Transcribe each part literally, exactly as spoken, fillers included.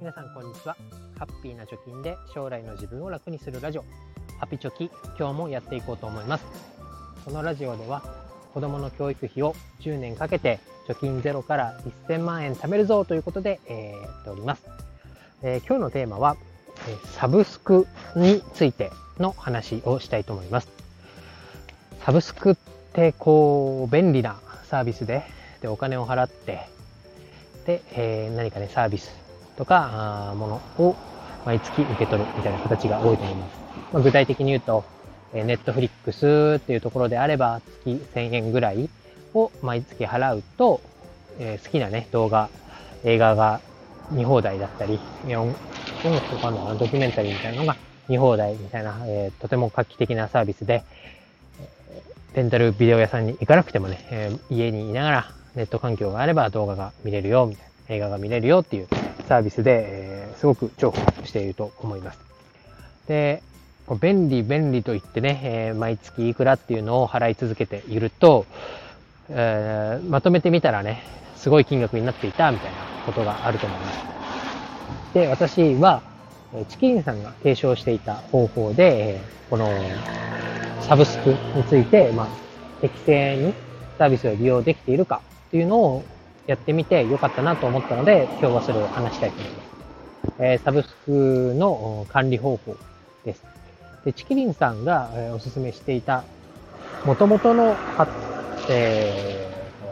皆さんこんにちは。ハッピーな貯金で将来の自分を楽にするラジオ、ハピチョキ、今日もやっていこうと思います。このラジオでは子供の教育費をじゅうねんかけて貯金ゼロからせんまんえん貯めるぞということで、えー、やっております。えー、今日のテーマはサブスクについての話をしたいと思います。サブスクってこう便利なサービスで、でお金を払ってで、えー、何かねサービスとかものを毎月受け取るみたいな形が多いと思います。まあ、具体的に言うと、ネットフリックスっていうところであれば月せんえんぐらいを毎月払うと、えー、好きなね動画、映画が見放題だったり、音楽とかのドキュメンタリーみたいなのが見放題みたいな、えー、とても画期的なサービスで、レンタルビデオ屋さんに行かなくてもね、えー、家にいながらネット環境があれば動画が見れるよみたいな、映画が見れるよっていうサービスで、えー、すごく重宝していると思います。で、便利便利と言ってね、えー、毎月いくらっていうのを払い続けていると、えー、まとめてみたらね、すごい金額になっていたみたいなことがあると思います。で、私はチキンさんが提唱していた方法で、このサブスクについて、まあ、適正にサービスを利用できているかっていうのをやってみてよかったなと思ったので、今日はそれを話したいと思います。えー、サブスクの管理方法です。で、チキリンさんがおすすめしていた元々の、え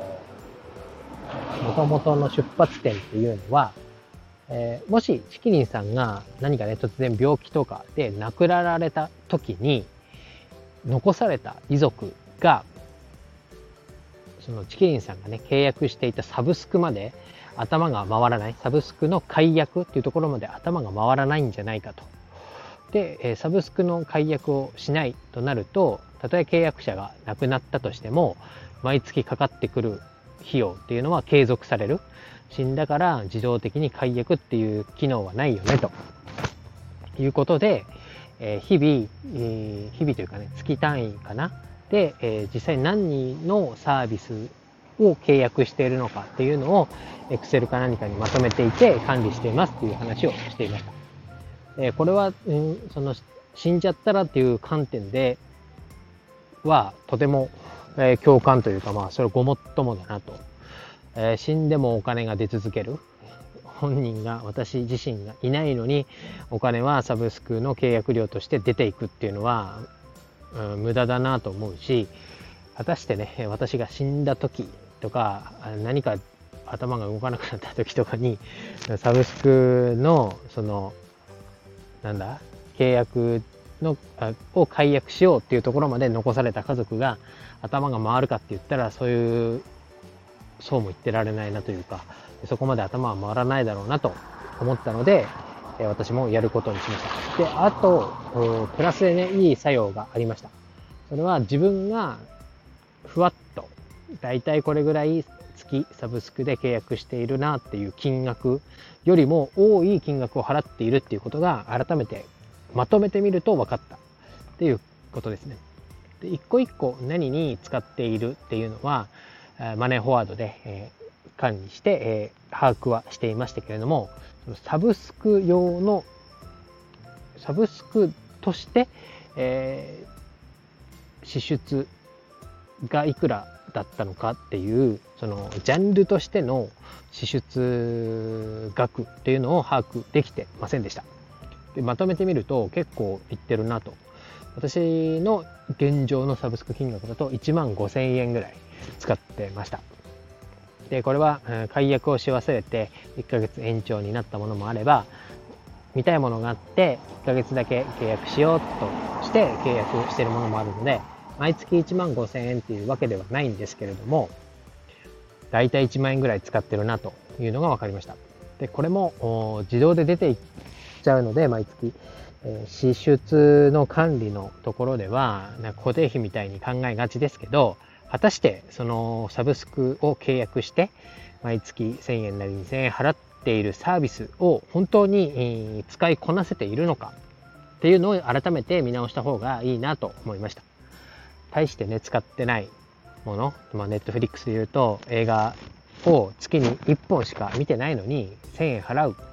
ー、元々の出発点っていうのは、えー、もしチキリンさんが何かね突然病気とかで亡くなられた時に残された遺族がそのチキリンさんがね契約していたサブスクまで頭が回らない、サブスクの解約っていうところまで頭が回らないんじゃないかと。で、サブスクの解約をしないとなると、たとえ契約者が亡くなったとしても毎月かかってくる費用っていうのは継続される。死んだから自動的に解約っていう機能はないよねということで、えー、日々、えー、日々というかね月単位かなで、えー、実際何人のサービスを契約しているのかっていうのを Excel か何かにまとめていて管理していますっていう話をしていました。えー、これは、うん、その死んじゃったらっていう観点ではとても、えー、共感というか、まあそれごもっともだなと。えー、死んでもお金が出続ける、本人が私自身がいないのにお金はサブスクの契約料として出ていくっていうのは、うん、無駄だなと思うし、果たしてね私が死んだ時とか何か頭が動かなくなった時とかにサブスクのそのなんだ契約のを解約しようっていうところまで残された家族が頭が回るかって言ったらそういうそうも言ってられないなというか、そこまで頭は回らないだろうなと思ったので、私もやることにしました。で、あとプラスでねいい作用がありました。それは自分がふわっとだいたいこれぐらい月サブスクで契約しているなっていう金額よりも多い金額を払っているっていうことが改めてまとめてみると分かったっていうことですね。で、一個一個何に使っているっていうのはマネーフォワードで、えー、管理して、えー、把握はしていましたけれども、サブスク用のサブスクとして、えー、支出がいくらだったのかっていうそのジャンルとしての支出額っていうのを把握できてませんでした。で、まとめてみると結構いってるなと。私の現状のサブスク金額だといちまんごせんえんぐらい使ってました。で、これは解約をし忘れていっかげつ延長になったものもあれば、見たいものがあっていっかげつだけ契約しようとして契約しているものもあるので、毎月いちまんごせんえんっていうわけではないんですけれども、だいたいいちまんえんぐらい使ってるなというのが分かりました。で、これも自動で出ていっちゃうので毎月支出の管理のところでは固定費みたいに考えがちですけど、果たしてそのサブスクを契約して毎月せんえんなりにせんえん払っているサービスを本当に使いこなせているのかっていうのを改めて見直した方がいいなと思いました。大してね使ってないもの、まあ、ネットフリックスで言うと映画を月にいっぽんしか見てないのにせんえん払う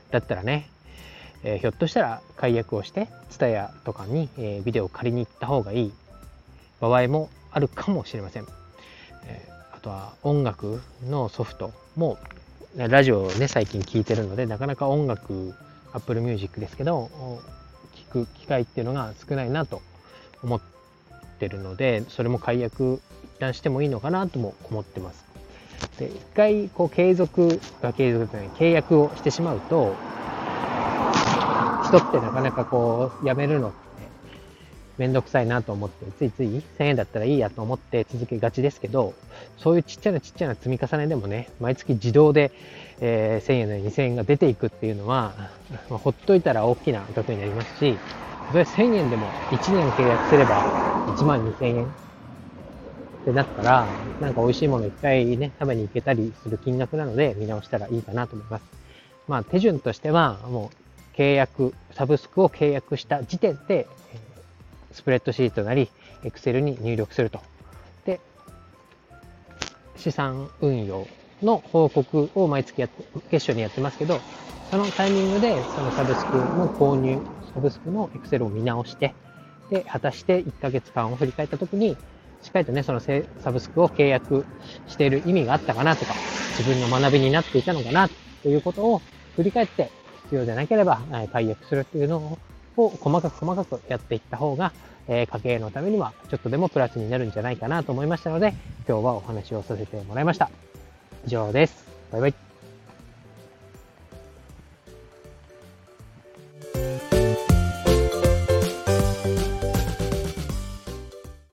だったらね、えー、ひょっとしたら解約をして ツタヤ とかに、えー、ビデオを借りに行った方がいい場合もあるかもしれません。えー、あとは音楽のソフトもラジオをね最近聞いてるので、なかなか音楽 Apple Music ですけど聞く機会っていうのが少ないなと思ってるので、それも解約一旦してもいいのかなとも思ってます。で、一回こう継続が継続じゃない契約をしてしまうと、人ってなかなかこうやめるのってめんどくさいなと思って、ついついせんえんだったらいいやと思って続けがちですけど、そういうちっちゃなちっちゃな積み重ねでもね、毎月自動で、えー、せんえんなりにせんえんが出ていくっていうのは、まあ、ほっといたら大きな額になりますし、それせんえんでもいちねん契約すればいちまんにせんえんってなったら、なんか美味しいものいっかいね、食べに行けたりする金額なので見直したらいいかなと思います。まあ手順としては、もう契約、サブスクを契約した時点で、スプレッドシートなり、Excel に入力すると。で、資産運用の報告を毎月やって、月初にやってますけど、そのタイミングでそのサブスクの購入、サブスクの Excel を見直して、で、果たしていっかげつかんを振り返ったときに、しっかりとね、そのサブスクを契約している意味があったかなとか、自分の学びになっていたのかなということを振り返って、必要でなければ解約するっていうのを細かく細かくやっていった方が、えー、家計のためにはちょっとでもプラスになるんじゃないかなと思いましたので、今日はお話をさせてもらいました。以上です。バイバイ。